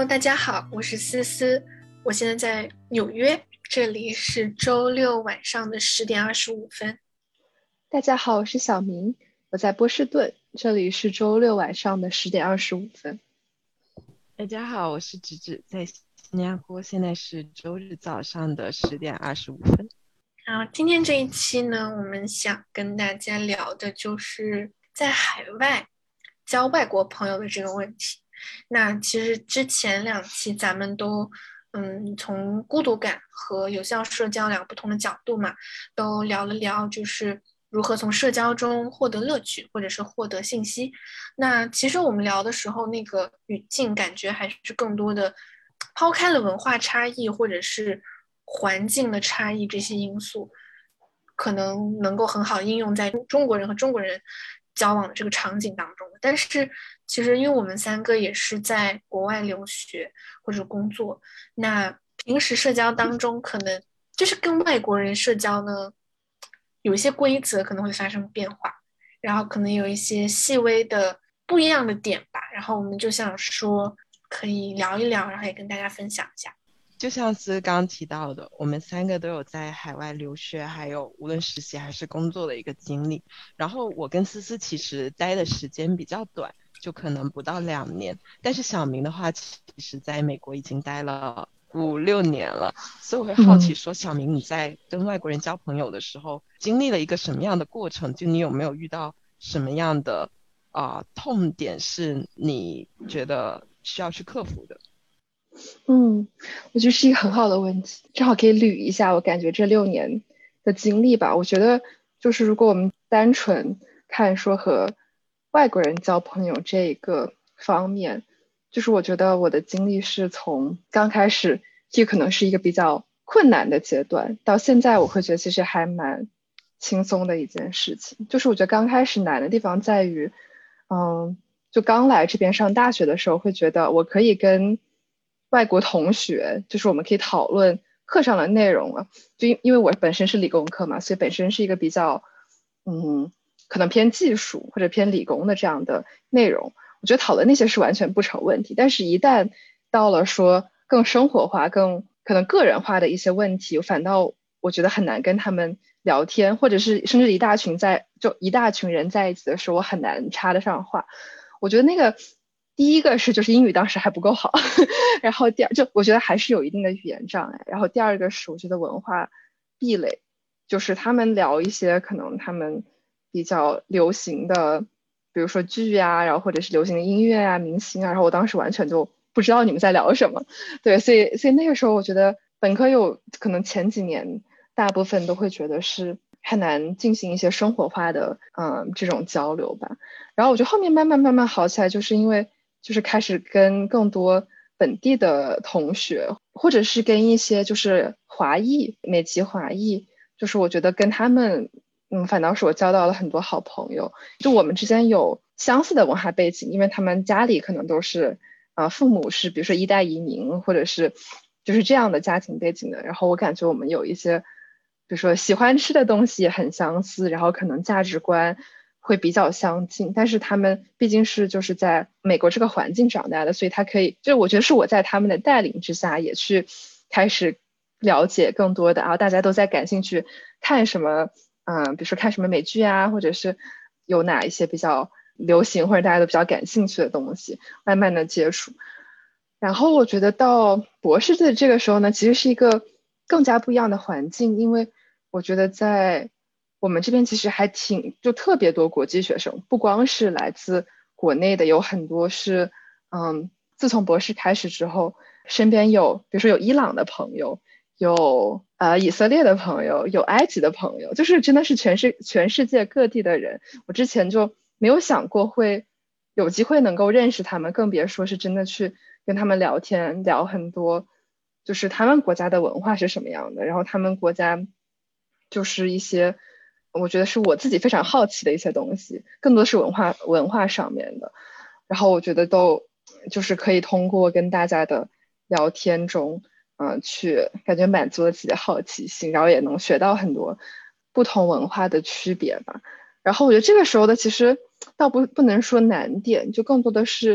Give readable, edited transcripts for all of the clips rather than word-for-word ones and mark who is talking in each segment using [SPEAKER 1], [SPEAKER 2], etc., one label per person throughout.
[SPEAKER 1] Hello，大家好，我是思思，我现在在纽约，这里是周六晚上的10:25。
[SPEAKER 2] 大家好，我是小明，我在波士顿，这里是周六晚上的10:25。
[SPEAKER 3] 大家好，我是芷芷，在新加坡，现在是周日早上的10:25。
[SPEAKER 1] 然后今天这一期呢，我们想跟大家聊的就是在海外交外国朋友的这个问题。那其实之前2期咱们都从孤独感和有效社交两个不同的角度嘛，都聊了聊就是如何从社交中获得乐趣或者是获得信息。那其实我们聊的时候那个语境感觉还是更多的抛开了文化差异或者是环境的差异这些因素，可能能够很好应用在中国人和中国人交往的这个场景当中。但是其实因为我们3个也是在国外留学或者工作，那平时社交当中可能就是跟外国人社交呢，有一些规则可能会发生变化，然后可能有一些细微的不一样的点吧，然后我们就想说可以聊一聊，然后也跟大家分享一下。
[SPEAKER 3] 就像是刚刚提到的，我们3个都有在海外留学，还有无论实习还是工作的一个经历。然后我跟思思其实待的时间比较短，就可能不到2年。但是小明的话，其实在美国已经待了5、6年了，所以我会好奇说，小明你在跟外国人交朋友的时候，经历了一个什么样的过程？就你有没有遇到什么样的痛点是你觉得需要去克服的？
[SPEAKER 2] 我觉得是一个很好的问题，正好可以捋一下我感觉这6年的经历吧。我觉得就是如果我们单纯看说和外国人交朋友这个方面，就是我觉得我的经历是从刚开始这可能是一个比较困难的阶段，到现在我会觉得其实还蛮轻松的一件事情。就是我觉得刚开始难的地方在于，就刚来这边上大学的时候，会觉得我可以跟外国同学，就是我们可以讨论课上的内容了。就因为我本身是理工科嘛，所以本身是一个比较，可能偏技术或者偏理工的这样的内容。我觉得讨论那些是完全不成问题，但是一旦到了说更生活化、更可能个人化的一些问题，反倒我觉得很难跟他们聊天，或者是甚至一大群人在一起的时候，我很难插得上话。我觉得那个第一个是就是英语当时还不够好，然后就我觉得还是有一定的语言障碍，然后第二个是我觉得文化壁垒，就是他们聊一些可能他们比较流行的，比如说剧啊，然后或者是流行的音乐啊、明星啊，然后我当时完全就不知道你们在聊什么。对，所以那个时候我觉得本科有可能前几年大部分都会觉得是很难进行一些生活化的这种交流吧。然后我觉得后面慢慢好起来，就是因为就是开始跟更多本地的同学，或者是跟一些就是华裔、美籍华裔，就是我觉得跟他们，反倒是我交到了很多好朋友。就我们之间有相似的文化背景，因为他们家里可能都是父母是比如说一代移民，或者是就是这样的家庭背景的。然后我感觉我们有一些，比如说喜欢吃的东西也很相似，然后可能价值观会比较相近，但是他们毕竟是就是在美国这个环境长大的，所以他可以，就我觉得是我在他们的带领之下，也去开始了解更多的，然后大家都在感兴趣看什么，比如说看什么美剧啊，或者是有哪一些比较流行或者大家都比较感兴趣的东西，慢慢的接触。然后我觉得到博士的这个时候呢，其实是一个更加不一样的环境，因为我觉得在我们这边其实还就特别多国际学生，不光是来自国内的，有很多是，自从博士开始之后，身边有比如说有伊朗的朋友，有以色列的朋友，有埃及的朋友，就是真的是全世界各地的人。我之前就没有想过会有机会能够认识他们，更别说是真的去跟他们聊天，聊很多，就是他们国家的文化是什么样的，然后他们国家就是一些我觉得是我自己非常好奇的一些东西，更多是文化上面的。然后我觉得都就是可以通过跟大家的聊天中，去感觉满足了自己的好奇心，然后也能学到很多不同文化的区别吧。然后我觉得这个时候的其实倒不能说难点，就更多的是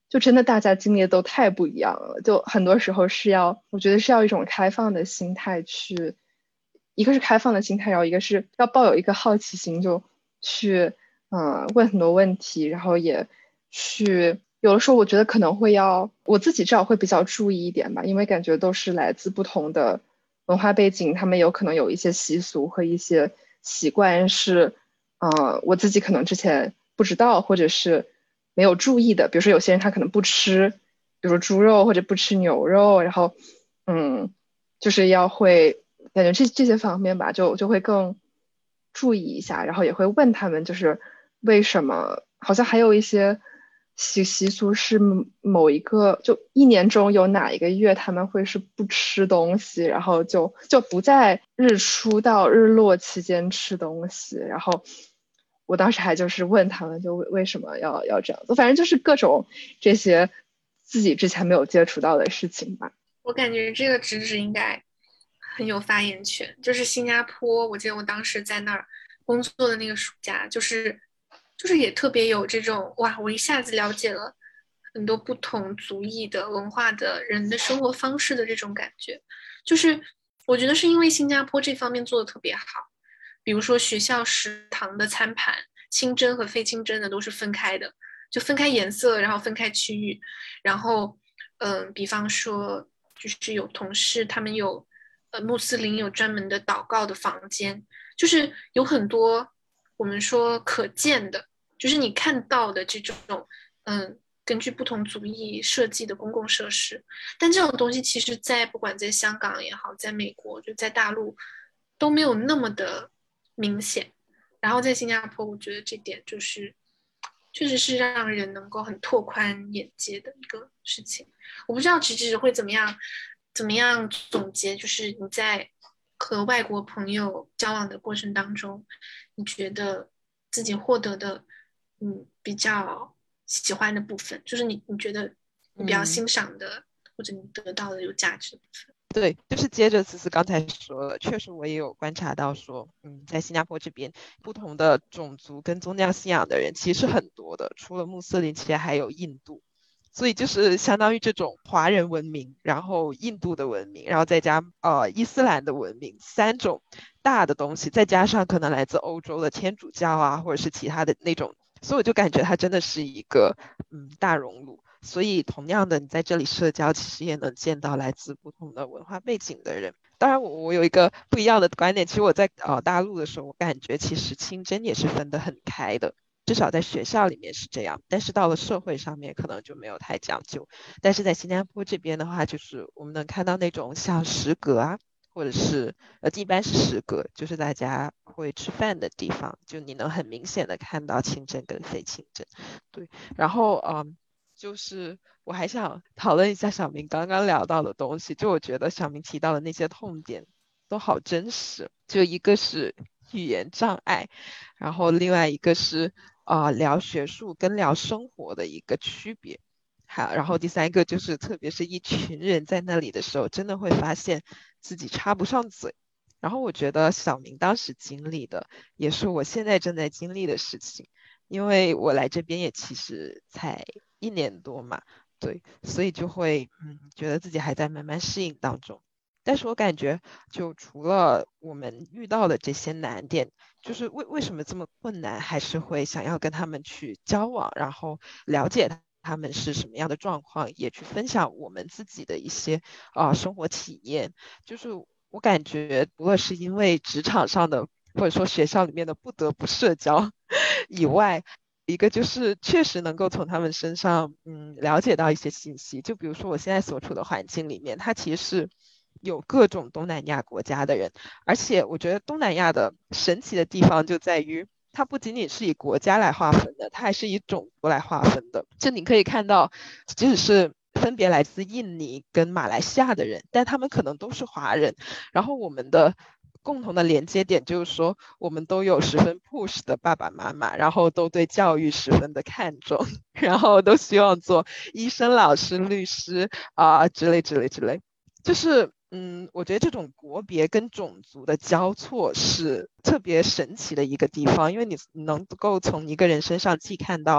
[SPEAKER 2] 就真的大家经历的都太不一样了，就很多时候我觉得是要一种开放的心态去，一个是开放的心态，然后一个是要抱有一个好奇心，就去问很多问题，然后也去有的时候我觉得可能我自己至少会比较注意一点吧，因为感觉都是来自不同的文化背景，他们有可能有一些习俗和一些习惯是我自己可能之前不知道或者是没有注意的，比如说有些人他可能不吃，比如说猪肉或者不吃牛肉，然后就是感觉这些方面吧，就会更注意一下，然后也会问他们就是为什么，好像还有一些习俗是某一个就一年中有哪一个月他们会是不吃东西，然后就不在日出到日落期间吃东西，然后我当时还就是问他们就为什么要这样做，反正就是各种这些自己之前没有接触到的事情吧。
[SPEAKER 1] 我感觉这个直指应该很有发言权。就是新加坡，我记得我当时在那儿工作的那个暑假，就是也特别有这种哇，我一下子了解了很多不同族裔的文化的人的生活方式的这种感觉。就是我觉得是因为新加坡这方面做的特别好，比如说学校食堂的餐盘，清真和非清真的都是分开的，就分开颜色，然后分开区域，然后比方说。就是有同事，他们有穆斯林有专门的祷告的房间，就是有很多我们说可见的，就是你看到的这种根据不同族裔设计的公共设施。但这种东西其实在不管在香港也好，在美国就在大陆都没有那么的明显。然后在新加坡，我觉得这点就是确实是让人能够很拓宽眼界的一个事情。我不知道直直会怎么样总结，就是你在和外国朋友交往的过程当中，你觉得自己获得的比较喜欢的部分，就是你觉得你比较欣赏的，或者你得到的有价值的部分。
[SPEAKER 3] 对，就是接着思思刚才说的，确实我也有观察到说，在新加坡这边，不同的种族跟宗教信仰的人其实很多的，除了穆斯林，其实还有印度，所以就是相当于这种华人文明，然后印度的文明，然后再加伊斯兰的文明，三种大的东西，再加上可能来自欧洲的天主教啊，或者是其他的那种，所以我就感觉它真的是一个大熔炉。所以同样的，你在这里社交，其实也能见到来自不同的文化背景的人。当然我有一个不一样的观点，其实我在大陆的时候，我感觉其实清真也是分得很开的，至少在学校里面是这样，但是到了社会上面可能就没有太讲究。但是在新加坡这边的话，就是我们能看到那种像食阁啊，或者是一般是食阁，就是大家会吃饭的地方，就你能很明显的看到清真跟非清真。对，然后就是我还想讨论一下小明刚刚聊到的东西，就我觉得小明提到的那些痛点都好真实，就一个是语言障碍，然后另外一个是聊学术跟聊生活的一个区别，好，然后第三个就是特别是一群人在那里的时候，真的会发现自己插不上嘴。然后我觉得小明当时经历的，也是我现在正在经历的事情，因为我来这边也其实才1年多嘛，对，所以就会觉得自己还在慢慢适应当中。但是我感觉，就除了我们遇到的这些难点，就是为什么这么困难，还是会想要跟他们去交往，然后了解他们是什么样的状况，也去分享我们自己的一些生活体验。就是我感觉，除了是因为职场上的或者说学校里面的不得不社交以外，一个就是确实能够从他们身上了解到一些信息。就比如说我现在所处的环境里面，它其实是有各种东南亚国家的人，而且我觉得东南亚的神奇的地方就在于，它不仅仅是以国家来划分的，它还是以种族来划分的。就你可以看到，即使是分别来自印尼跟马来西亚的人，但他们可能都是华人。然后我们的共同的连接点就是说，我们都有十分 push 的爸爸妈妈，然后都对教育十分的看重，然后都希望做医生、老师、律师之类之类之类。就是我觉得这种国别跟种族的交错是特别神奇的一个地方，因为你能够从一个人身上既看到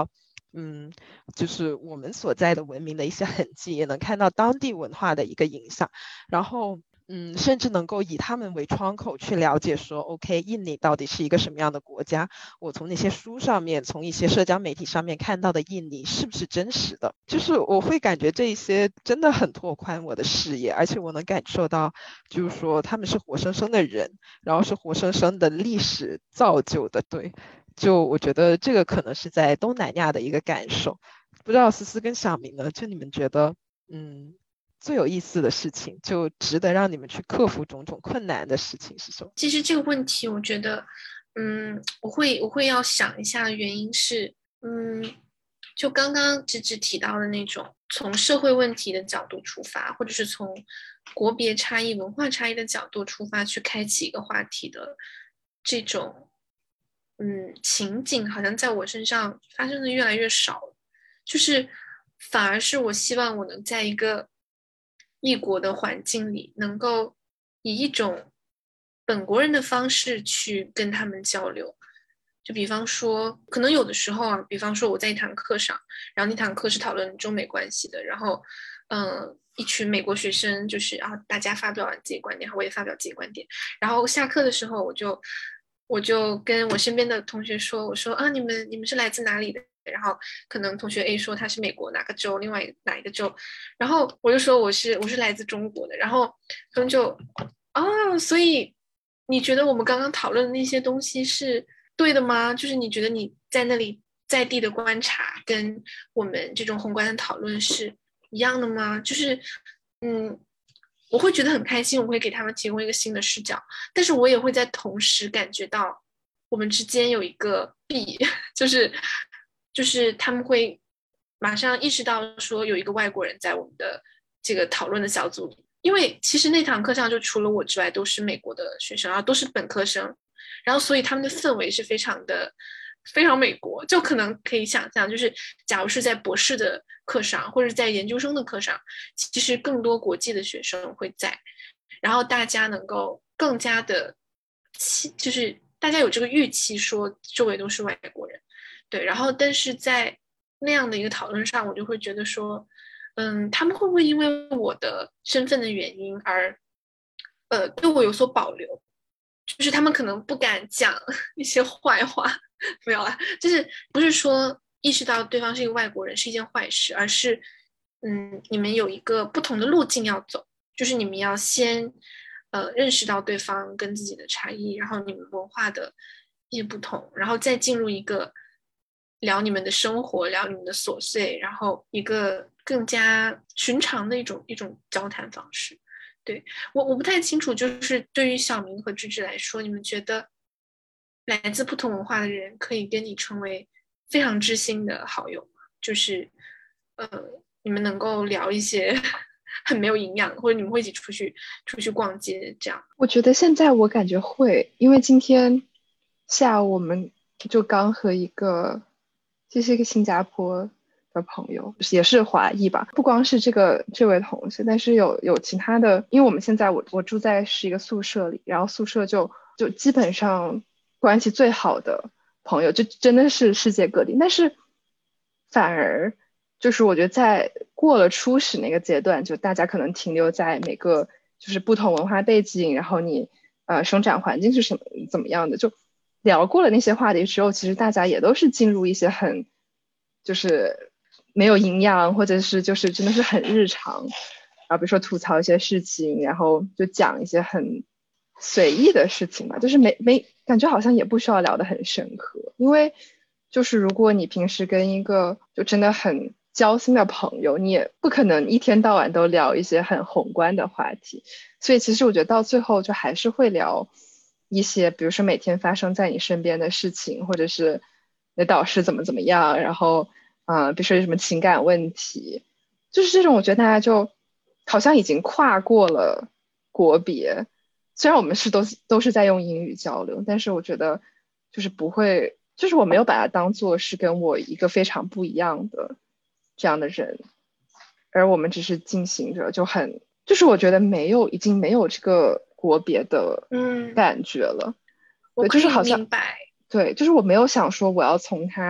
[SPEAKER 3] 就是我们所在的文明的一些痕迹，也能看到当地文化的一个影响，然后甚至能够以他们为窗口去了解说 OK 印尼到底是一个什么样的国家，我从那些书上面，从一些社交媒体上面看到的印尼是不是真实的，就是我会感觉这一些真的很拓宽我的视野，而且我能感受到就是说他们是活生生的人，然后是活生生的历史造就的。对，就我觉得这个可能是在东南亚的一个感受。不知道思思跟小明呢，就你们觉得最有意思的事情，就值得让你们去克服种种困难的事情是什么？
[SPEAKER 1] 其实这个问题，我觉得，我会要想一下，原因是，就刚刚芝芝提到的那种，从社会问题的角度出发，或者是从国别差异、文化差异的角度出发去开启一个话题的这种，情景，好像在我身上发生的越来越少了。就是反而是我希望我能在一个异国的环境里，能够以一种本国人的方式去跟他们交流。就比方说，可能有的时候啊，比方说我在一堂课上，然后那堂课是讨论中美关系的，然后，一群美国学生就是啊，大家发表完自己观点，我也发表自己观点，然后下课的时候我就跟我身边的同学说，我说啊，你们是来自哪里的？然后可能同学 A 说他是美国哪个州，另外哪一个州，然后我就说我是来自中国的，然后他们就所以你觉得我们刚刚讨论的那些东西是对的吗？就是你觉得你在那里在地的观察跟我们这种宏观的讨论是一样的吗？就是我会觉得很开心，我会给他们提供一个新的视角，但是我也会在同时感觉到我们之间有一个弊，就是他们会马上意识到说有一个外国人在我们的这个讨论的小组里，因为其实那堂课上就除了我之外都是美国的学生，然后都是本科生，然后所以他们的氛围是非常美国，就可能可以想象，就是假如是在博士的课上或者在研究生的课上，其实更多国际的学生会在，然后大家能够更加的就是大家有这个预期说周围都是外国人，对，然后但是在那样的一个讨论上，我就会觉得说，他们会不会因为我的身份的原因而对我有所保留？就是他们可能不敢讲一些坏话，没有啦，就是不是说意识到对方是一个外国人是一件坏事，而是你们有一个不同的路径要走，就是你们要先认识到对方跟自己的差异，然后你们文化的一些不同，然后再进入一个聊你们的生活，聊你们的琐碎，然后一个更加寻常的一种交谈方式。对，我不太清楚，就是对于小明和芝芝来说，你们觉得来自不同文化的人可以跟你成为非常知心的好友吗？就是呃，你们能够聊一些很没有营养的，或者你们会一起出去逛街这样。
[SPEAKER 2] 我觉得现在我感觉会，因为今天下午我们就刚和这是一个新加坡的朋友，也是华裔吧，不光是这位同事，但是有其他的，因为我们现在我住在是一个宿舍里，然后宿舍就基本上关系最好的朋友，就真的是世界各地，但是反而就是我觉得在过了初始那个阶段，就大家可能停留在每个就是不同文化背景，然后你生长环境是怎么样的，就聊过了那些话题之后，其实大家也都是进入一些很就是没有营养，或者是就是真的是很日常，比如说吐槽一些事情，然后就讲一些很随意的事情吧，就是没感觉好像也不需要聊得很深刻，因为就是如果你平时跟一个就真的很交心的朋友，你也不可能一天到晚都聊一些很宏观的话题，所以其实我觉得到最后就还是会聊一些，比如说每天发生在你身边的事情，或者是你的导师怎么样，然后比如说有什么情感问题，就是这种我觉得大家就好像已经跨过了国别，虽然我们都是在用英语交流，但是我觉得就是不会，就是我没有把它当做是跟我一个非常不一样的这样的人，而我们只是进行着就是我觉得已经没有这个国别的感觉了。对，就
[SPEAKER 1] 我可以
[SPEAKER 2] 是好像
[SPEAKER 1] 明白。
[SPEAKER 2] 对，就是我没有想说我要从他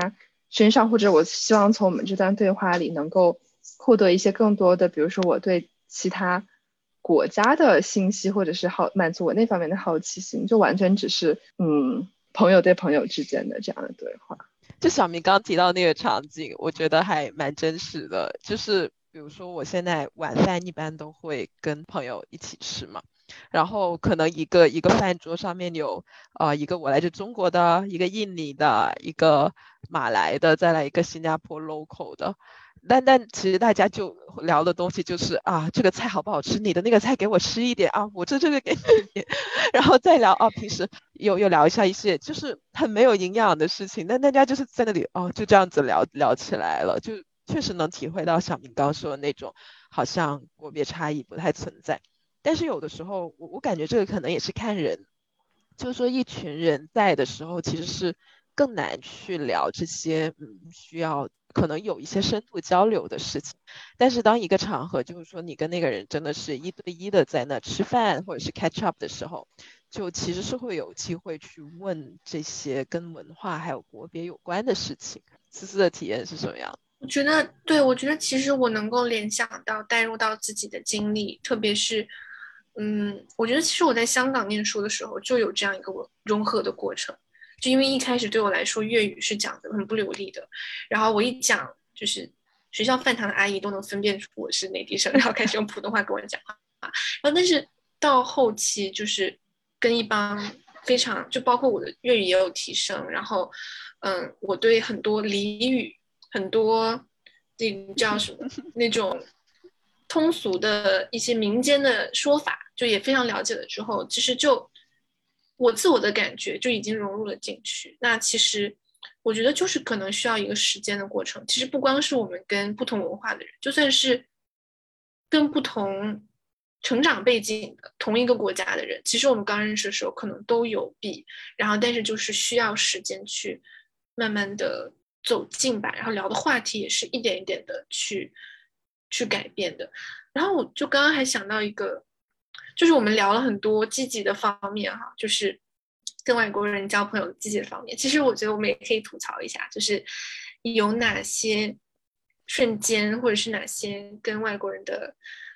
[SPEAKER 2] 身上，或者我希望从我们这段对话里能够获得一些更多的，比如说我对其他国家的信息，或者是满足我那方面的好奇心，就完全只是朋友对朋友之间的这样的对话。
[SPEAKER 3] 就小明刚提到那个场景，我觉得还蛮真实的。就是比如说，我现在晚饭一般都会跟朋友一起吃嘛，然后可能一个饭桌上面有一个我来自中国的，一个印尼的，一个马来的，再来一个新加坡 local 的。但其实大家就聊的东西就是啊，这个菜好不好吃？你的那个菜给我吃一点啊，我这个给你一点，然后再聊平时又聊一下一些就是很没有营养的事情，但大家就是在那里就这样子聊起来了，就确实能体会到小明刚说的那种，好像国别差异不太存在。但是有的时候我感觉这个可能也是看人，就是说一群人在的时候，其实是更难去聊这些需要可能有一些深度交流的事情。但是当一个场合就是说你跟那个人真的是一对一的在那吃饭或者是 catch up 的时候，就其实是会有机会去问这些跟文化还有国别有关的事情。思思的体验是什么样？
[SPEAKER 1] 我觉得，对，我觉得其实我能够联想到、带入到自己的经历，特别是，我觉得其实我在香港念书的时候就有这样一个融合的过程，就因为一开始对我来说粤语是讲的很不流利的，然后我一讲就是学校饭堂的阿姨都能分辨出我是内地生，然后开始用普通话跟我讲话，然后但是到后期就是跟一帮非常就包括我的粤语也有提升，然后我对很多俚语。很多那叫什么那种通俗的一些民间的说法，就也非常了解了之后，其实就我自我的感觉就已经融入了进去。那其实我觉得就是可能需要一个时间的过程。其实不光是我们跟不同文化的人，就算是跟不同成长背景的同一个国家的人，其实我们刚认识的时候可能都有弊，然后但是就是需要时间去慢慢的走近吧，然后聊的话题也是一点一点的去改变的。然后我就刚刚还想到一个，就是我们聊了很多积极的方面哈，就是跟外国人交朋友的积极的方面。其实我觉得我们也可以吐槽一下，就是有哪些瞬间或者是哪些跟外国人的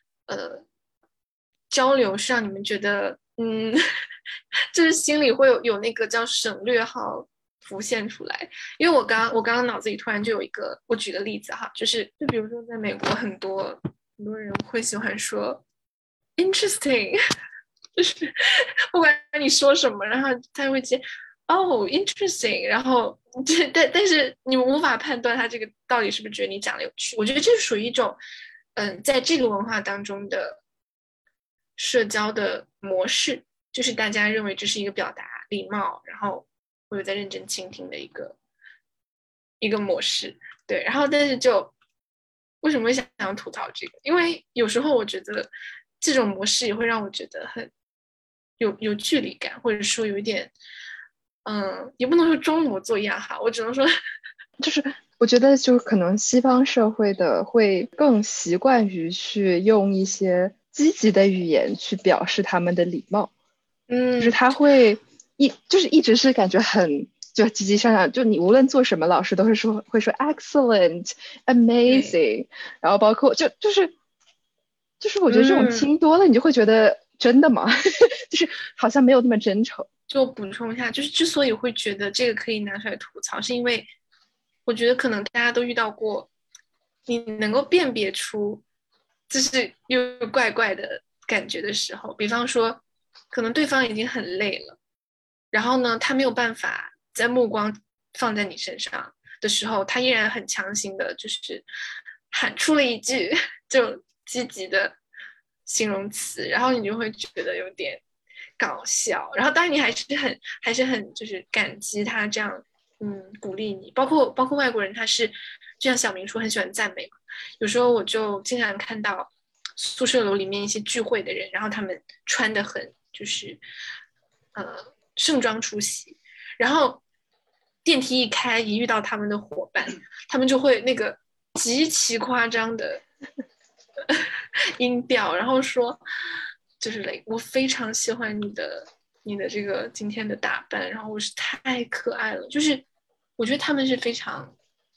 [SPEAKER 1] 交流是让你们觉得就是心里会有那个叫省略号浮现出来。因为我刚刚脑子里突然就有一个，我举个例子哈，就比如说在美国很多人会喜欢说 interesting，就是不管你说什么，然后他会接interesting，然后但是你们无法判断他这个到底是不是觉得你讲的有趣。我觉得这是属于一种在这个文化当中的社交的模式，就是大家认为这是一个表达礼貌，然后我有在认真倾听的一个模式。对，然后但是就为什么会想要吐槽这个？因为有时候我觉得这种模式也会让我觉得很有距离感，或者说有一点也不能说装模作样哈，我只能说
[SPEAKER 2] 就是我觉得就是可能西方社会的会更习惯于去用一些积极的语言去表示他们的礼貌，就是他会就是一直是感觉很就积极向上，就你无论做什么，老师都是会说 excellent amazing，然后包括就是我觉得这种听多了，你就会觉得真的吗？就是好像没有那么真诚。
[SPEAKER 1] 就补充一下，就是之所以会觉得这个可以拿出来吐槽，是因为我觉得可能大家都遇到过，你能够辨别出就是又怪怪的感觉的时候，比方说可能对方已经很累了，然后呢，他没有办法在目光放在你身上的时候，他依然很强行的，就是喊出了一句就积极的形容词，然后你就会觉得有点搞笑。然后当然你还是很就是感激他这样鼓励你，包括外国人，他是就像小明说很喜欢赞美嘛，有时候我就经常看到宿舍楼里面一些聚会的人，然后他们穿的很就是盛装出席，然后电梯一开，一遇到他们的伙伴，他们就会那个极其夸张的音调，然后说就是我非常喜欢你的这个今天的打扮，然后我是太可爱了，就是我觉得他们是非常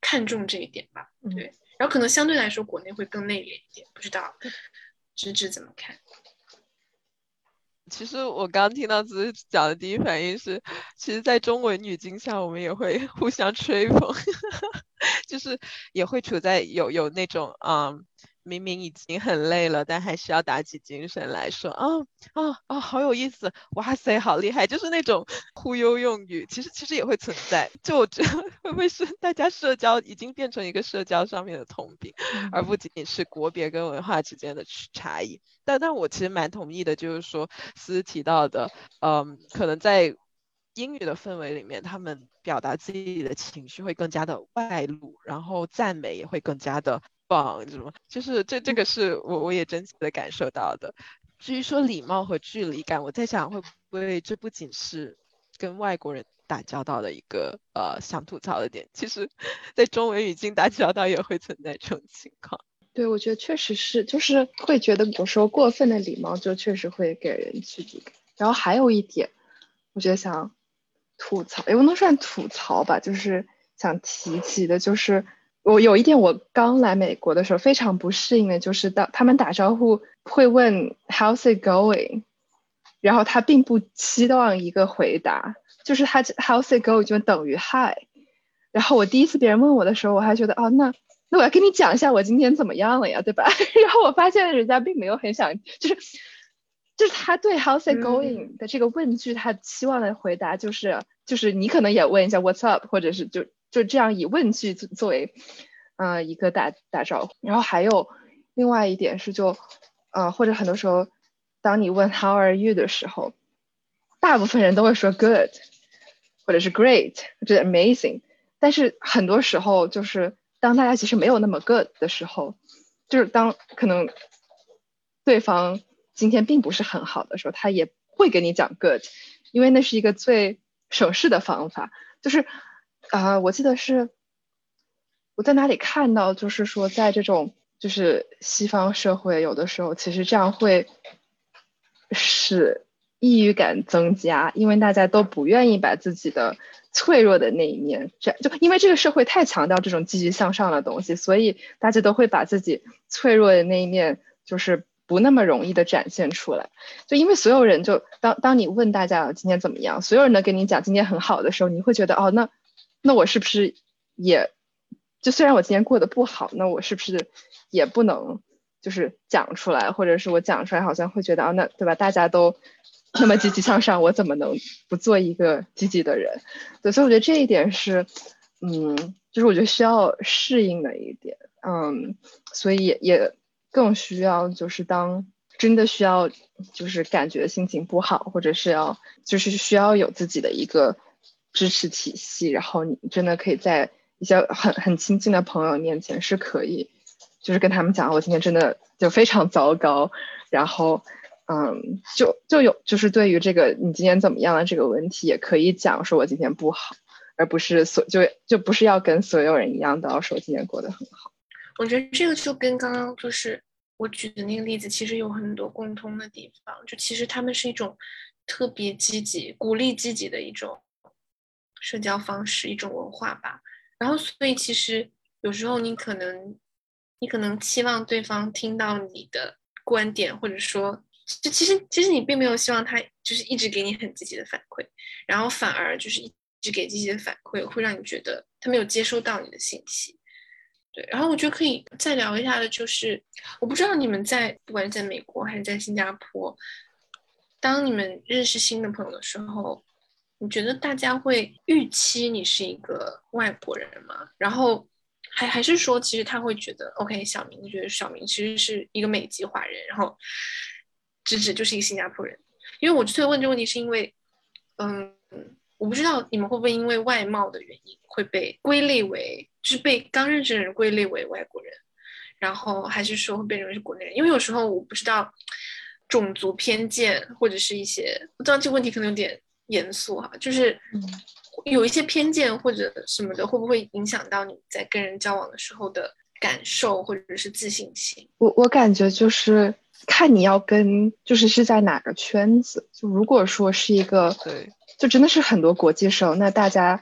[SPEAKER 1] 看重这一点吧。对，然后可能相对来说国内会更内敛一点，不知道芝芝怎么看？
[SPEAKER 3] 其实我刚听到子讲的第一反应是，其实，在中文语境下，我们也会互相吹捧，就是也会处在有那种明明已经很累了，但还是要打起精神来说好有意思，哇塞，好厉害，就是那种忽悠用语，其实也会存在。就我觉得会不会是大家社交已经变成一个社交上面的通病，而不仅仅是国别跟文化之间的差异。但我其实蛮同意的，就是说思提到的，可能在英语的氛围里面，他们表达自己的情绪会更加的外露，然后赞美也会更加的棒，什么，就是这个是我也真切的感受到的。至于说礼貌和距离感，我在想会不会这不仅是跟外国人打交道的一个想吐槽的点，其实在中文语境打交道也会存在这种情况。
[SPEAKER 2] 对，我觉得确实是，就是会觉得有时候过分的礼貌就确实会给人距离感。然后还有一点，我觉得想吐槽，也不能算吐槽吧，就是想提起的，就是我有一点我刚来美国的时候非常不适应的，就是当他们打招呼会问 How's it going， 然后他并不期望一个回答，就是他 How's it going 就等于 Hi。然后我第一次别人问我的时候，我还觉得那我要跟你讲一下我今天怎么样了呀，对吧？然后我发现人家并没有很想，就是他对 How's it going 的这个问句，他期望的回答就是你可能也问一下 What's up， 或者是就这样以问句作为一个打招呼。然后还有另外一点是或者很多时候当你问 How are you 的时候，大部分人都会说 Good 或者是 Great 或者 Amazing， 但是很多时候就是当大家其实没有那么 good 的时候，就是当可能对方今天并不是很好的时候，他也会跟你讲 good， 因为那是一个最省事的方法。就是我记得是我在哪里看到，就是说在这种就是西方社会，有的时候其实这样会使抑郁感增加，因为大家都不愿意把自己的脆弱的那一面，就因为这个社会太强调这种积极向上的东西，所以大家都会把自己脆弱的那一面就是不那么容易的展现出来。就因为所有人就当你问大家今天怎么样，所有人都跟你讲今天很好的时候，你会觉得那我是不是也就虽然我今天过得不好，那我是不是也不能就是讲出来，或者是我讲出来好像会觉得那对吧，大家都那么积极向上，我怎么能不做一个积极的人？对，所以我觉得这一点是就是我觉得需要适应的一点。所以也更需要就是当真的需要就是感觉心情不好，或者是就是需要有自己的一个支持体系，然后你真的可以在一些很亲近的朋友面前是可以就是跟他们讲我今天真的就非常糟糕，然后就有就是对于这个你今天怎么样的这个问题也可以讲说我今天不好，而不是就不是要跟所有人一样都要说今天过得很好。
[SPEAKER 1] 我觉得这个就跟刚刚就是我举的那个例子其实有很多共通的地方，就其实他们是一种特别积极鼓励积极的一种社交方式，一种文化吧。然后所以其实有时候你可能期望对方听到你的观点，或者说就其实你并没有希望他就是一直给你很积极的反馈，然后反而就是一直给积极的反馈会让你觉得他没有接收到你的信息。对，然后我觉得可以再聊一下的就是，我不知道你们不管是在美国还是在新加坡，当你们认识新的朋友的时候，你觉得大家会预期你是一个外国人吗？然后还是说，其实他会觉得 ，OK， 小明觉得小明其实是一个美籍华人，然后芝芝就是一个新加坡人。因为我之所以问这个问题，是因为，我不知道你们会不会因为外貌的原因会被归类为，就是被刚认识的人归类为外国人，然后还是说会被认为是国内人？因为有时候我不知道种族偏见或者是一些，我知道这个问题可能有点严肃哈，就是有一些偏见或者什么的，会不会影响到你在跟人交往的时候的感受或者是自信心？
[SPEAKER 2] 我感觉就是看你要跟是在哪个圈子，就如果说是一个
[SPEAKER 3] 对，
[SPEAKER 2] 就真的是很多国际生，那大家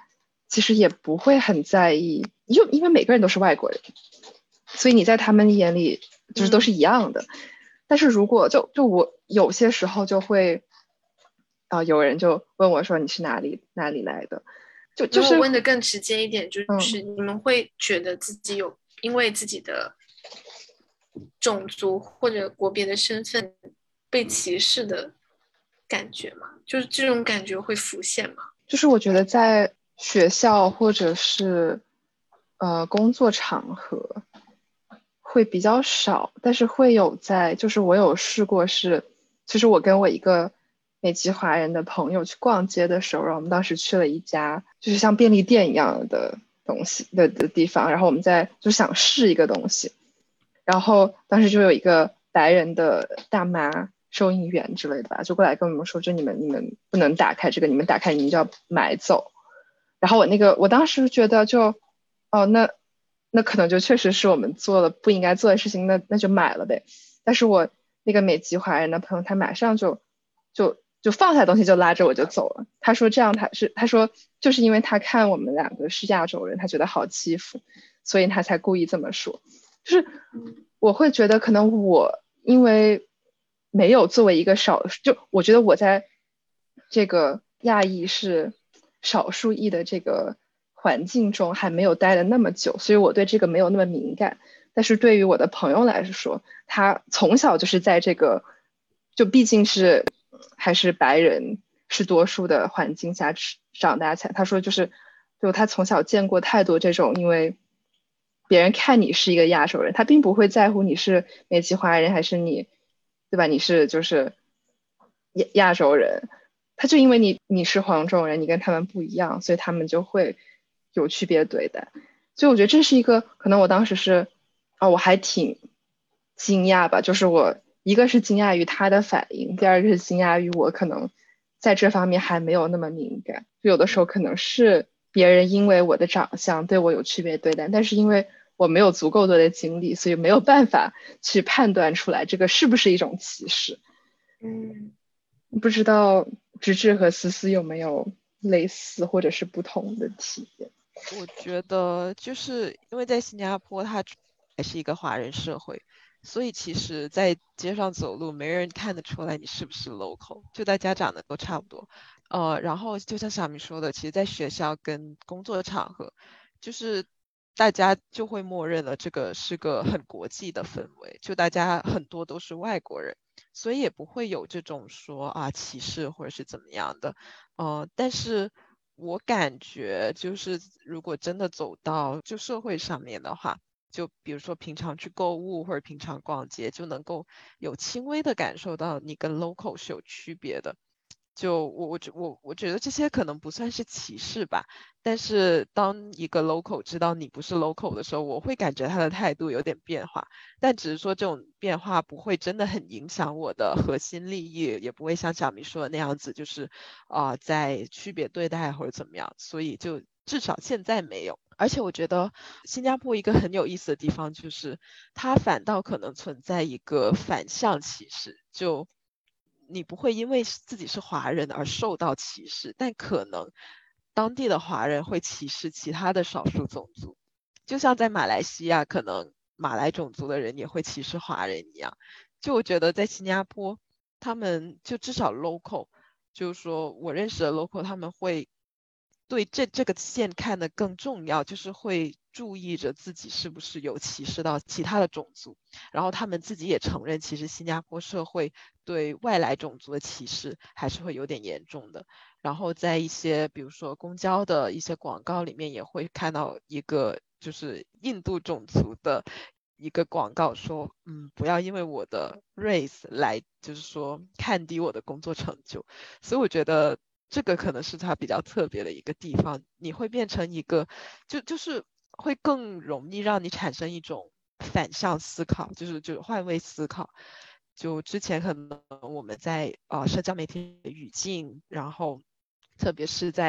[SPEAKER 2] 其实也不会很在意，就因为每个人都是外国人，所以你在他们眼里就是都是一样的。但是如果就我有些时候就会有人就问我说你是哪里来的，就是
[SPEAKER 1] 然后问的更直接一点，就是
[SPEAKER 2] 嗯
[SPEAKER 1] 你们会觉得自己有因为自己的种族或者国别的身份被歧视的感觉吗？就是这种感觉会浮现吗？
[SPEAKER 2] 就是我觉得在学校或者是工作场合会比较少，但是会有就是我有试过其实我跟我一个美籍华人的朋友去逛街的时候，然后我们当时去了一家就是像便利店一样的东西的地方，然后我们就想试一个东西，然后当时就有一个白人的大妈收银员之类的吧，就过来跟我们说，就你们不能打开这个，你们打开你们就要买走。然后我当时觉得哦，那可能就确实是我们做了不应该做的事情，那就买了呗。但是我那个美籍华人的朋友，他马上就放下东西就拉着我就走了。他说这样他说就是因为他看我们两个是亚洲人，他觉得好欺负，所以他才故意这么说。就是我会觉得可能我因为没有作为一个就我觉得我在这个亚裔是少数裔的这个环境中还没有待的那么久，所以我对这个没有那么敏感。但是对于我的朋友来说，他从小就是在这个就毕竟还是白人是多数的环境下长大起来。他说就他从小见过太多这种因为别人看你是一个亚洲人，他并不会在乎你是美籍华人还是对吧？你是就是亚洲人，他就因为你是黄种人，你跟他们不一样，所以他们就会有区别对待。所以我觉得这是一个可能我当时我还挺惊讶吧，就是一个是惊讶于他的反应，第二个是惊讶于我可能在这方面还没有那么敏感，就有的时候可能是别人因为我的长相对我有区别对待，但是因为我没有足够多的经历，所以没有办法去判断出来这个是不是一种歧视。不知道直至和思思有没有类似或者是不同的体验？
[SPEAKER 3] 我觉得就是因为在新加坡，它还是一个华人社会，所以其实在街上走路，没人看得出来你是不是 local，就大家长得都差不多。然后就像小米说的，其实在学校跟工作场合，就是大家就会默认了这个是个很国际的氛围，就大家很多都是外国人，所以也不会有这种说歧视或者是怎么样的。但是我感觉就是如果真的走到就社会上面的话，就比如说平常去购物或者平常逛街，就能够有轻微的感受到你跟 local 是有区别的。就我觉得这些可能不算是歧视吧，但是当一个 local 知道你不是 local 的时候，我会感觉他的态度有点变化，但只是说这种变化不会真的很影响我的核心利益，也不会像小米说的那样子，就是在区别对待或者怎么样，所以就至少现在没有。而且我觉得新加坡一个很有意思的地方就是，它反倒可能存在一个反向歧视，就你不会因为自己是华人而受到歧视，但可能当地的华人会歧视其他的少数种族，就像在马来西亚，可能马来种族的人也会歧视华人一样。就我觉得在新加坡，他们就至少 local，就是说我认识的 local，他们会对这个线看得更重要，就是会注意着自己是不是有歧视到其他的种族，然后他们自己也承认，其实新加坡社会对外来种族的歧视还是会有点严重的。然后在一些比如说公交的一些广告里面，也会看到一个就是印度种族的一个广告说，不要因为我的 race 来就是说看低我的工作成就。所以我觉得这个可能是它比较特别的一个地方，你会变成一个就是会更容易让你产生一种反向思考，就是换位思考。就之前可能我们在社交媒体的语境，然后特别是在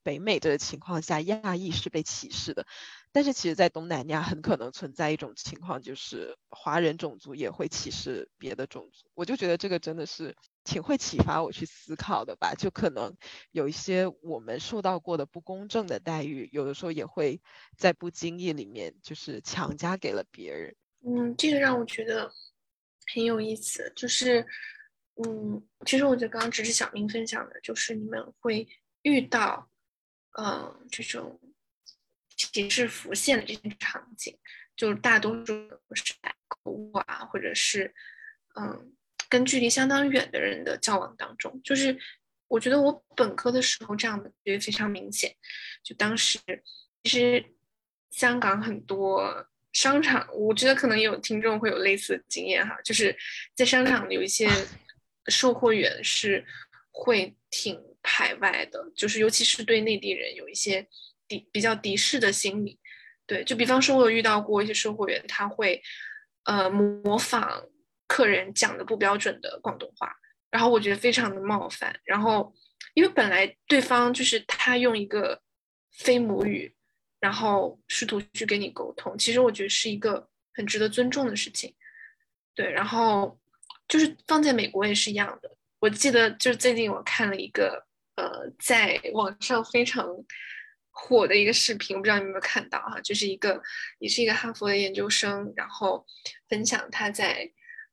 [SPEAKER 3] 北美的情况下，亚裔是被歧视的。但是其实在东南亚很可能存在一种情况，就是华人种族也会歧视别的种族。我就觉得这个真的是挺会启发我去思考的吧，就可能有一些我们受到过的不公正的待遇，有的时候也会在不经意里面就是强加给了别人。
[SPEAKER 1] 这个让我觉得很有意思，就是其实我觉得刚刚只是小明分享的，就是你们会遇到这种歧视浮现的这些场景，就大多数是在购物啊，或者是跟距离相当远的人的交往当中。就是我觉得我本科的时候这样的觉得非常明显，就当时其实香港很多商场，我觉得可能有听众会有类似的经验哈，就是在商场有一些售货员是会挺排外的，就是尤其是对内地人有一些比较敌视的心理。对，就比方说，我有遇到过一些售货员，他会模仿客人讲的不标准的广东话，然后我觉得非常的冒犯。然后，因为本来对方就是他用一个非母语，然后试图去跟你沟通，其实我觉得是一个很值得尊重的事情。对，然后就是放在美国也是一样的。我记得就是最近我看了一个在网上非常火的一个视频，我不知道你有没有看到哈，就是也是一个哈佛的研究生，然后分享他在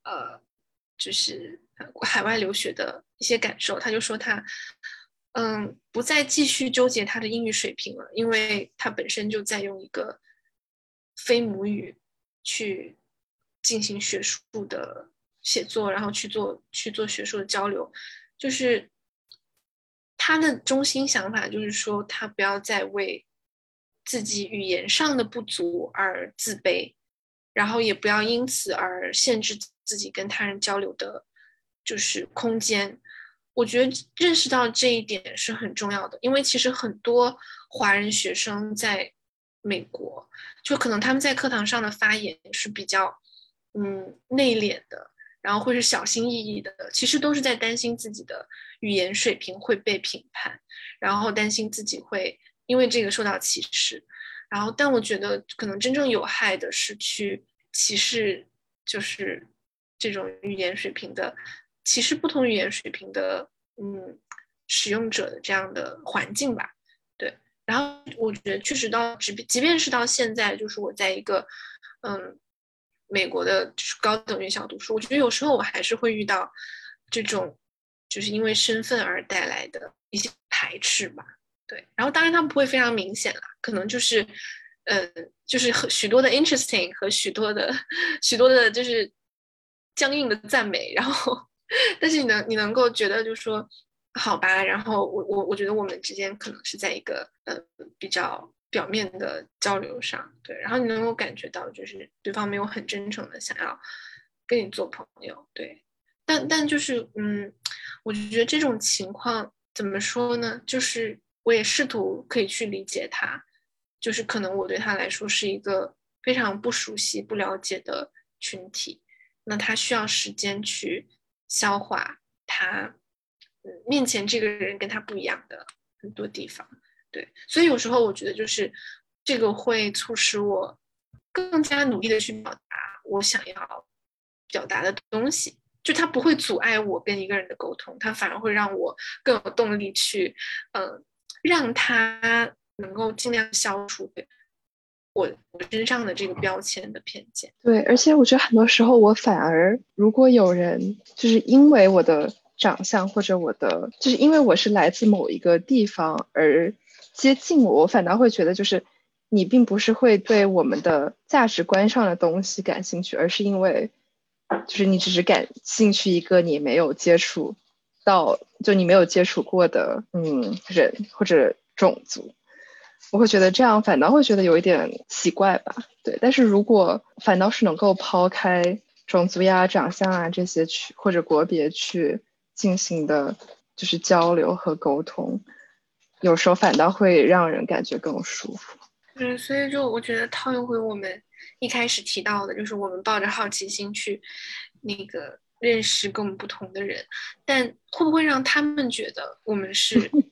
[SPEAKER 1] 就是海外留学的一些感受。他就说他不再继续纠结他的英语水平了，因为他本身就在用一个非母语去进行学术的写作，然后去做学术的交流。就是他的中心想法就是说，他不要再为自己语言上的不足而自卑，然后也不要因此而限制自己跟他人交流的，就是空间。我觉得认识到这一点是很重要的，因为其实很多华人学生在美国，就可能他们在课堂上的发言是比较内敛的，然后会是小心翼翼的，其实都是在担心自己的语言水平会被评判，然后担心自己会因为这个受到歧视。然后，但我觉得可能真正有害的是去歧视，就是这种语言水平的，歧视不同语言水平的使用者的这样的环境吧。对，然后我觉得确实即便是到现在，就是我在一个美国的就是高等院校读书，我觉得有时候我还是会遇到这种就是因为身份而带来的一些排斥吧。对，然后当然它不会非常明显啦，可能就是就是许多的 interesting 和许多的就是僵硬的赞美，然后但是你能够觉得就是说好吧，然后我觉得我们之间可能是在一个比较表面的交流上。对，然后你能够感觉到就是对方没有很真诚的想要跟你做朋友。对，但就是我觉得这种情况怎么说呢？就是我也试图可以去理解他，就是可能我对他来说是一个非常不熟悉、不了解的群体，那他需要时间去消化他面前这个人跟他不一样的很多地方。对，所以有时候我觉得就是这个会促使我更加努力的去表达我想要表达的东西。就它不会阻碍我跟一个人的沟通，它反而会让我更有动力去，让他能够尽量消除我身上的这个标签的偏见。
[SPEAKER 2] 对，而且我觉得很多时候我反而，如果有人就是因为我的长相或者就是因为我是来自某一个地方而接近我反倒会觉得就是你并不是会对我们的价值观上的东西感兴趣，而是因为就是你只是感兴趣一个你没有接触到，就你没有接触过的人或者种族。我会觉得这样反倒会觉得有一点奇怪吧。对，但是如果反倒是能够抛开种族呀、长相啊这些或者国别去进行的就是交流和沟通，有时候反倒会让人感觉更舒服。
[SPEAKER 1] 所以就我觉得套用回我们一开始提到的，就是我们抱着好奇心去那个认识跟我们不同的人，但会不会让他们觉得我们是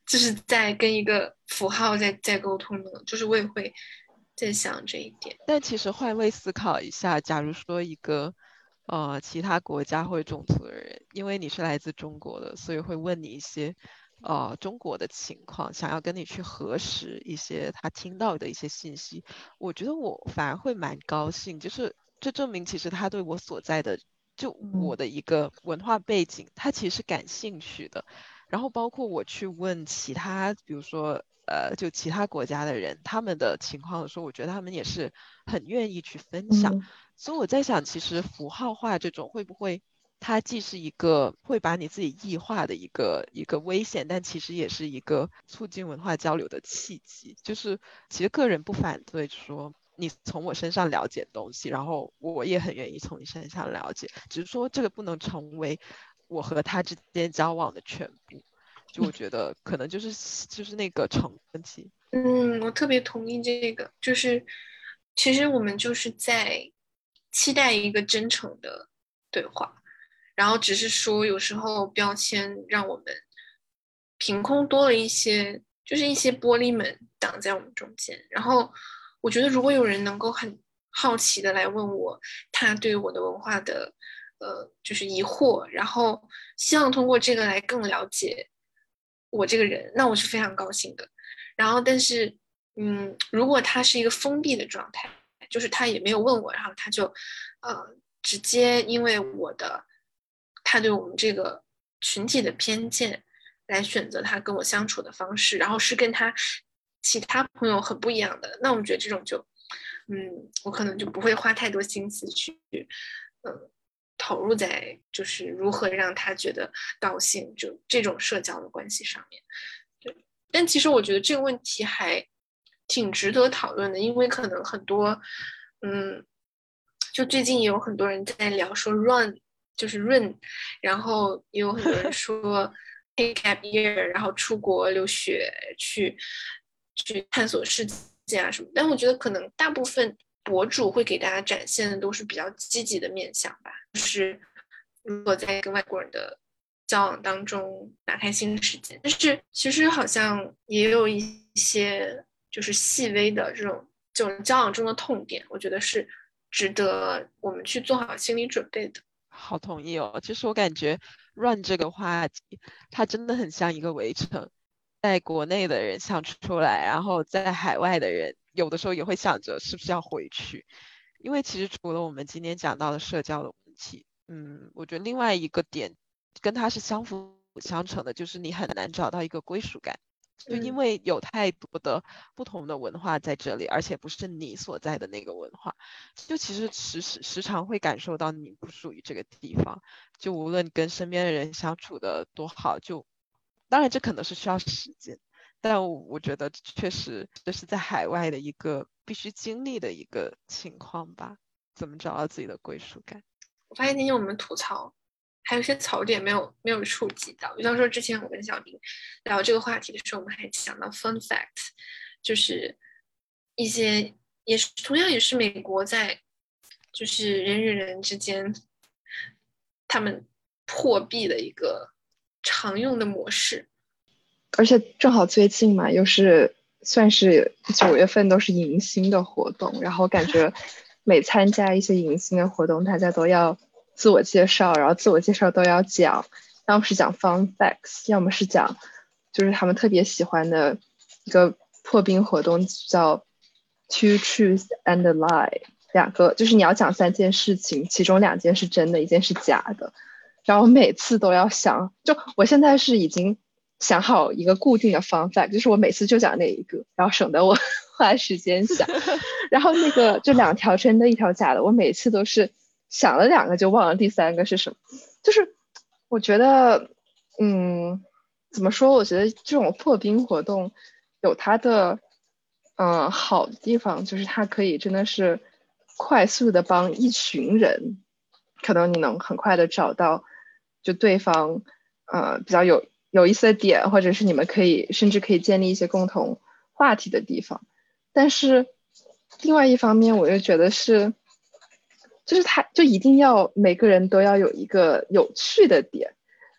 [SPEAKER 1] 就是在跟一个符号在沟通呢？就是我也会在想这一点。
[SPEAKER 3] 但其实换位思考一下，假如说一个其他国家或者种族的人，因为你是来自中国的，所以会问你一些中国的情况，想要跟你去核实一些他听到的一些信息，我觉得我反而会蛮高兴，就是这证明其实他对我所在的就我的一个文化背景，他其实是感兴趣的。然后包括我去问其他，比如说就其他国家的人他们的情况的时候，我觉得他们也是很愿意去分享。所以我在想，其实符号化这种会不会，它既是一个会把你自己异化的一个危险，但其实也是一个促进文化交流的契机。就是其实个人不反对说你从我身上了解东西，然后我也很愿意从你身上了解，只是说这个不能成为我和他之间交往的全部。就我觉得可能就是那个成问题。
[SPEAKER 1] 我特别同意这个，就是其实我们就是在期待一个真诚的对话，然后只是说有时候标签让我们凭空多了一些，就是一些玻璃门挡在我们中间。然后我觉得如果有人能够很好奇的来问我他对我的文化的就是疑惑，然后希望通过这个来更了解我这个人，那我是非常高兴的。然后但是如果他是一个封闭的状态，就是他也没有问我，然后他就直接因为他对我们这个群体的偏见来选择他跟我相处的方式，然后是跟他其他朋友很不一样的，那我觉得这种就我可能就不会花太多心思去投入在就是如何让他觉得高兴，就这种社交的关系上面。对，但其实我觉得这个问题还挺值得讨论的，因为可能很多就最近也有很多人在聊说 run 就是 run， 然后也有很多人说 take gap year， 然后出国留学去探索世界啊什么。但我觉得可能大部分博主会给大家展现的都是比较积极的面向吧，就是如果在跟外国人的交往当中打开新世界。但是其实好像也有一些就是细微的这种交往中的痛点，我觉得是值得我们去做好心理准备的。
[SPEAKER 3] 好同意哦，就是我感觉 run 这个话题，它真的很像一个围城，在国内的人想出来，然后在海外的人有的时候也会想着是不是要回去，因为其实除了我们今天讲到的社交的问题，我觉得另外一个点跟它是相辅相成的，就是你很难找到一个归属感。就因为有太多的不同的文化在这里，而且不是你所在的那个文化，就其实时常会感受到你不属于这个地方。就无论跟身边的人相处的多好，就当然这可能是需要时间，但我觉得确实这是在海外的一个必须经历的一个情况吧。怎么找到自己的归属感？
[SPEAKER 1] 我发现今天我们吐槽还有一些槽点没有触及到，比方说之前我跟小丁聊这个话题的时候，我们还讲到 fun fact， 就是一些也是同样也是美国在就是人与人之间他们破壁的一个常用的模式。
[SPEAKER 2] 而且正好最近嘛，又是算是9月份都是迎新的活动，然后感觉每参加一些迎新的活动，大家都要自我介绍，然后自我介绍都要讲，要么是讲 fun facts，要么是讲就是他们特别喜欢的一个破冰活动叫 two truths and a lie， 两个就是你要讲3件事情，其中2件是真的，1件是假的，然后每次都要想，就我现在是已经想好一个固定的 fun fact，就是我每次就讲那一个，然后省得我花时间想。然后那个就2条真的1条假的，我每次都是想了2个就忘了第3个是什么。就是我觉得怎么说，我觉得这种破冰活动有它的好的地方，就是它可以真的是快速的帮一群人，可能你能很快的找到就对方比较有意思的点，或者是你们甚至可以建立一些共同话题的地方。但是另外一方面我又觉得就是他就一定要每个人都要有一个有趣的点，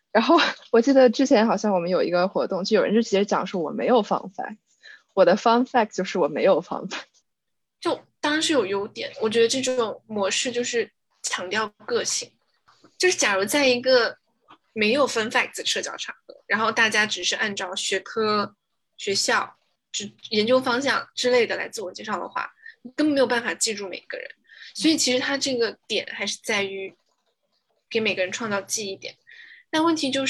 [SPEAKER 2] 然后我记得之前好像我们有一个活动，就有人就直接讲说我没有 fun fact，我的 fun fact 就是我没有 fun fact。
[SPEAKER 1] 就当然是有优点，我觉得这种模式就是强调个性。就是假如在一个没有分 facts 的社交场合，然后大家只是按照学科、学校、研究方向之类的来自我介绍的话，根本没有办法记住每个人。所以其实它这个点还是在于给每个人创造记忆点。但问题就是，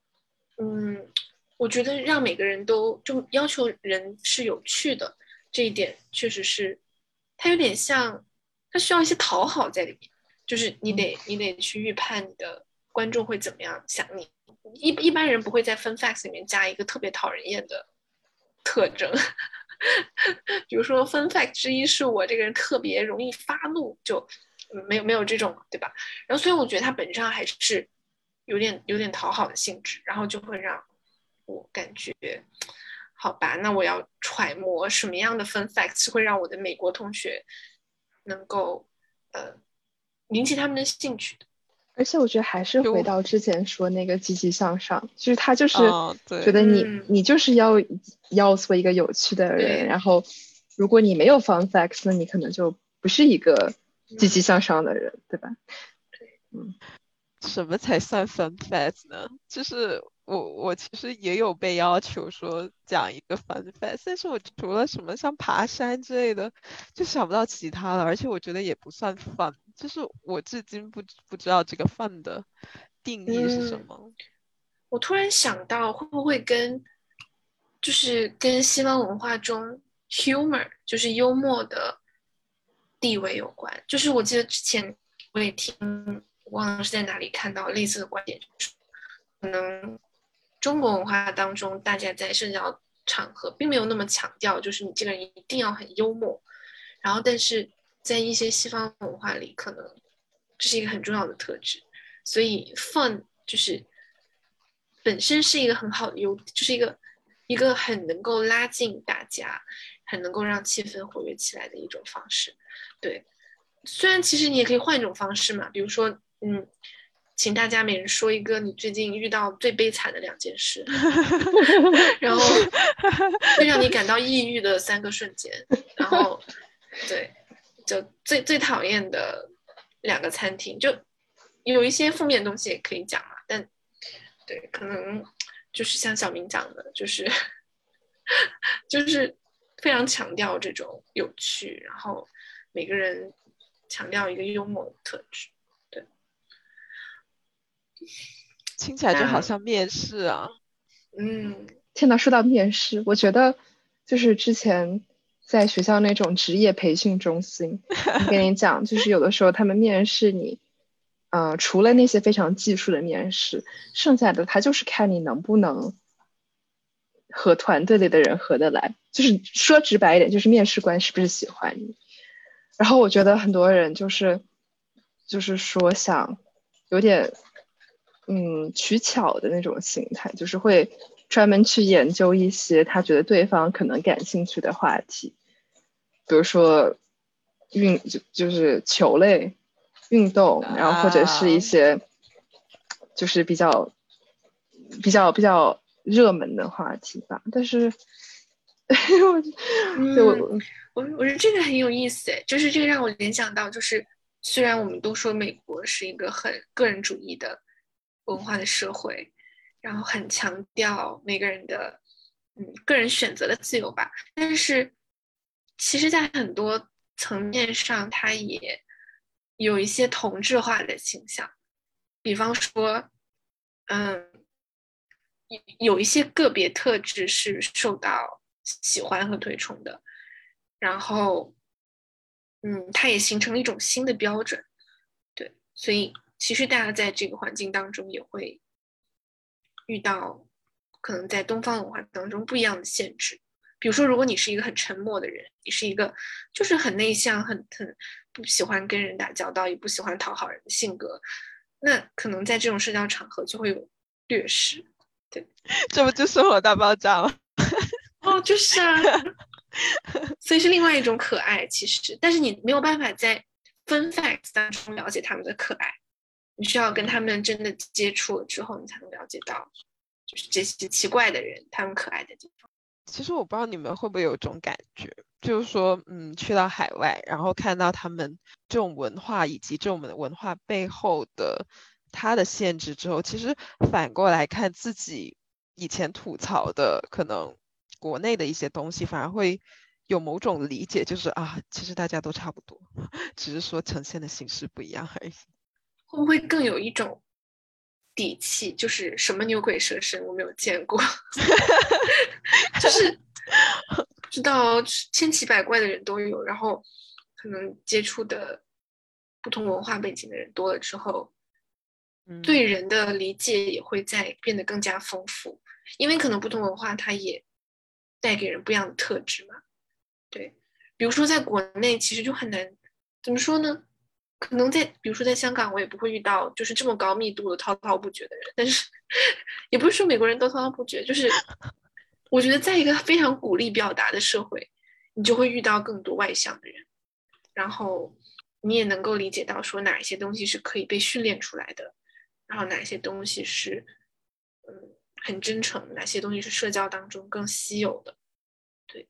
[SPEAKER 1] 我觉得让每个人都就要求人是有趣的，这一点确实是，它有点像，它需要一些讨好在里面，就是你得去预判你的观众会怎么样想你。一般人不会在fun facts里面加一个特别讨人厌的特征，比如说fun fact之一是我这个人特别容易发怒，就没有这种，对吧？然后所以我觉得它本质上还是有点讨好的性质，然后就会让我感觉，好吧，那我要揣摩什么样的fun facts会让我的美国同学能够引起他们的兴趣的。
[SPEAKER 2] 而且我觉得还是回到之前说那个积极向上，就是他就是
[SPEAKER 3] 对
[SPEAKER 2] 觉得你就是要做一个有趣的人，然后如果你没有 fun facts，那你可能就不是一个积极向上的人，对吧？
[SPEAKER 3] 什么才算 fun fact 呢？就是我其实也有被要求说讲一个 fun fact，但是我除了什么像爬山之类的，就想不到其他了，而且我觉得也不算 fun，就是我至今不知道这个 fun 的定义是什么。
[SPEAKER 1] 我突然想到，会不会就是跟西方文化中 humor 就是幽默的地位有关？就是我记得之前我也听，忘了是在哪里看到类似的观点，就是可能中国文化当中，大家在社交场合并没有那么强调，就是你这个人一定要很幽默，然后但是在一些西方文化里，可能这是一个很重要的特质，所以 fun 就是本身是一个很好的就是一个很能够拉近大家，很能够让气氛活跃起来的一种方式。对，虽然其实你也可以换一种方式嘛，比如说，请大家每人说一个你最近遇到最悲惨的2件事，然后最让你感到抑郁的3个瞬间，然后对，就最讨厌的2个餐厅，就有一些负面的东西也可以讲嘛，但对，可能就是像小明讲的，就是就是非常强调这种有趣，然后每个人强调一个幽默的特质。对，
[SPEAKER 3] 听起来就好像面试啊。
[SPEAKER 2] 天哪，说到面试，我觉得就是之前在学校那种职业培训中心，我跟你讲，就是有的时候他们面试你，除了那些非常技术的面试，剩下的他就是看你能不能和团队里的人合得来，就是说直白一点，就是面试官是不是喜欢你。然后我觉得很多人就是说想有点取巧的那种心态，就是会专门去研究一些他觉得对方可能感兴趣的话题，比如说就是球类运动，然后或者是一些就是比较热门的话题吧。但是
[SPEAKER 1] 我觉得这个很有意思，就是这个让我联想到，就是虽然我们都说美国是一个很个人主义的文化的社会，然后很强调每个人的个人选择的自由吧，但是其实在很多层面上，它也有一些同质化的倾向，比方说，有一些个别特质是受到喜欢和推崇的，然后，它也形成了一种新的标准，对，所以其实大家在这个环境当中也会遇到可能在东方文化当中不一样的限制，比如说，如果你是一个很沉默的人，你是一个就是很内向、很不喜欢跟人打交道，也不喜欢讨好人的性格，那可能在这种社交场合就会有劣势。对，
[SPEAKER 3] 这不就生活大爆炸吗？
[SPEAKER 1] 哦，就是啊，所以是另外一种可爱，其实，但是你没有办法在fun facts 当中了解他们的可爱。 你需要跟他们真的接触了之后，你才能了解到，就是这些奇怪的人，他们可爱的地方。
[SPEAKER 3] 其实我不知道你们会不会有种感觉，就是说，去到海外，然后看到他们这种文化以及这种文化背后的它的限制之后，其实反过来看自己以前吐槽的可能国内的一些东西，反而会有某种理解，就是啊，其实大家都差不多，只是说呈现的形式不一样而已。
[SPEAKER 1] 会不会更有一种底气，就是什么牛鬼蛇神我没有见过，就是不知道千奇百怪的人都有，然后可能接触的不同文化背景的人多了之后，对人的理解也会在变得更加丰富，因为可能不同文化它也带给人不一样的特质嘛。对，比如说在国内其实就很难，怎么说呢？可能在比如说在香港，我也不会遇到就是这么高密度的滔滔不绝的人，但是也不是说美国人都滔滔不绝，就是我觉得在一个非常鼓励表达的社会，你就会遇到更多外向的人，然后你也能够理解到说哪一些东西是可以被训练出来的，然后哪些东西是很真诚，哪些东西是社交当中更稀有的。对，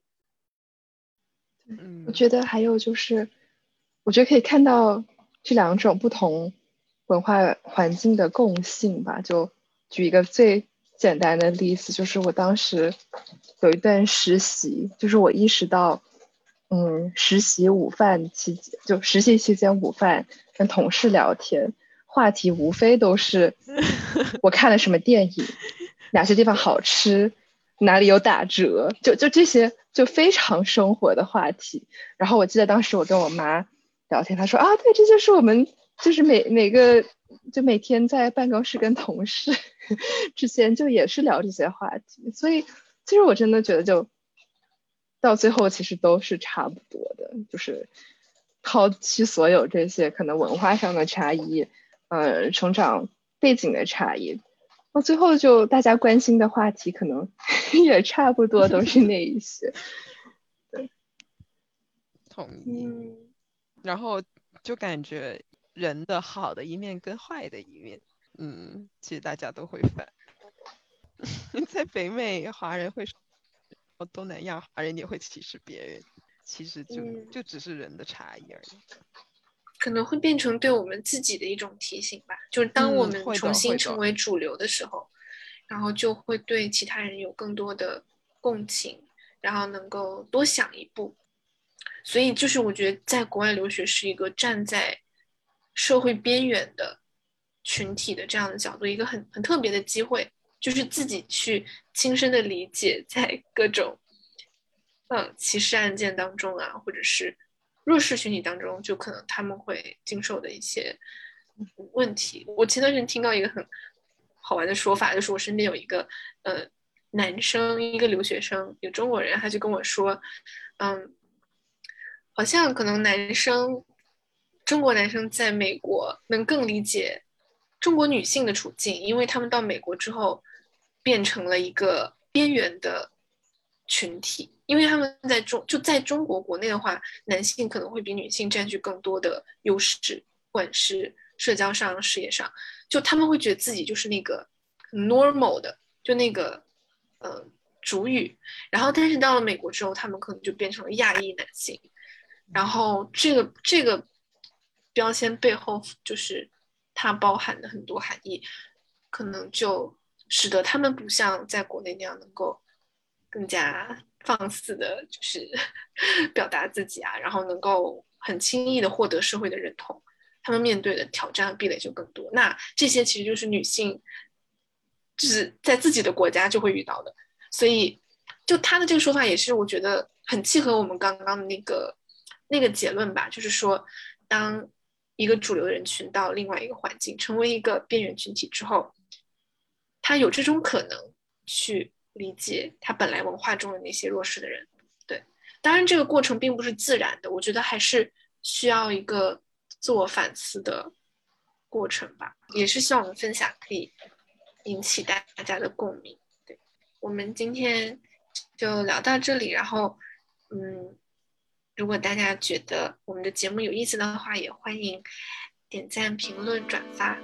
[SPEAKER 2] 我觉得还有就是，我觉得可以看到这两种不同文化环境的共性吧。就举一个最简单的例子，就是我当时有一段实习，就是我意识到，实习午饭期间，就实习期间午饭跟同事聊天，话题无非都是我看了什么电影，哪些地方好吃，哪里有打折，就这些就非常生活的话题。然后我记得当时我跟我妈聊天，她说啊，对，这就是我们就是每个就每天在办公室跟同事之前就也是聊这些话题。所以其实我真的觉得就到最后其实都是差不多的，就是抛弃所有这些可能文化上的差异，成长背景的差异，到最后就大家关心的话题可能也差不多都是那一些。对，
[SPEAKER 3] 同意。然后就感觉人的好的一面跟坏的一面，其实大家都会犯。在北美，华人会说，东南亚华人也会歧视别人，其实就只是人的差异而已。
[SPEAKER 1] 可能会变成对我们自己的一种提醒吧，就是当我们
[SPEAKER 3] 会的
[SPEAKER 1] 重新成为主流的时候，然后就会对其他人有更多的共情，然后能够多想一步。所以就是我觉得在国外留学是一个站在社会边缘的群体的这样的角度，一个很特别的机会，就是自己去亲身的理解在各种歧视案件当中啊，或者是弱势群体当中，就可能他们会经受的一些问题。我前段时间听到一个很好玩的说法，就是我身边有一个男生，一个留学生，有中国人，他就跟我说，嗯，好像可能中国男生在美国能更理解中国女性的处境，因为他们到美国之后变成了一个边缘的群体，因为他们在中国国内的话，男性可能会比女性占据更多的优势，不管是社交上、事业上，就他们会觉得自己就是那个 normal 的，就那个主语，然后但是到了美国之后，他们可能就变成了亚裔男性，然后这个标签背后就是它包含的很多含义，可能就使得他们不像在国内那样能够更加放肆的，就是表达自己啊，然后能够很轻易的获得社会的认同。他们面对的挑战和壁垒就更多。那这些其实就是女性，就是在自己的国家就会遇到的。所以，就他的这个说法也是我觉得很契合我们刚刚的那个结论吧，就是说，当一个主流人群到另外一个环境，成为一个边缘群体之后，他有这种可能去理解他本来文化中的那些弱势的人。对，当然这个过程并不是自然的，我觉得还是需要一个自我反思的过程吧。也是希望我们分享可以引起大家的共鸣。对，我们今天就聊到这里，然后如果大家觉得我们的节目有意思的话，也欢迎点赞、评论、转发。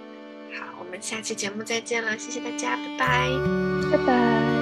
[SPEAKER 1] 好，我们下期节目再见了，谢谢大家，拜拜。
[SPEAKER 2] 拜拜。